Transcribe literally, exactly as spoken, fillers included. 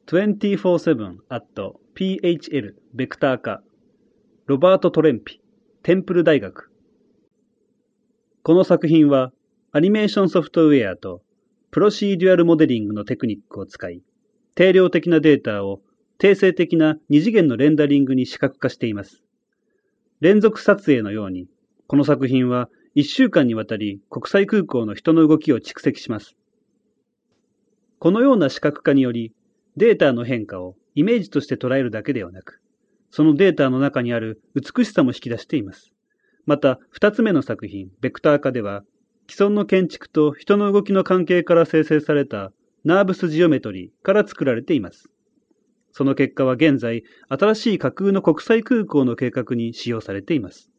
にじゅうよんセブン at ピーエイチエル ベクター化ロバート・トレンピテンプル大学。この作品はアニメーションソフトウェアとプロシーデュアルモデリングのテクニックを使い、定量的なデータを定性的な二次元のレンダリングに視覚化しています。連続撮影のように、この作品はいっしゅうかんにわたり国際空港の人の動きを蓄積します。このような視覚化により、データの変化をイメージとして捉えるだけではなく、そのデータの中にある美しさも引き出しています。また、二つ目の作品、ベクター化では、既存の建築と人の動きの関係から生成されたナーブスジオメトリーから作られています。その結果は現在、新しい架空の国際空港の計画に使用されています。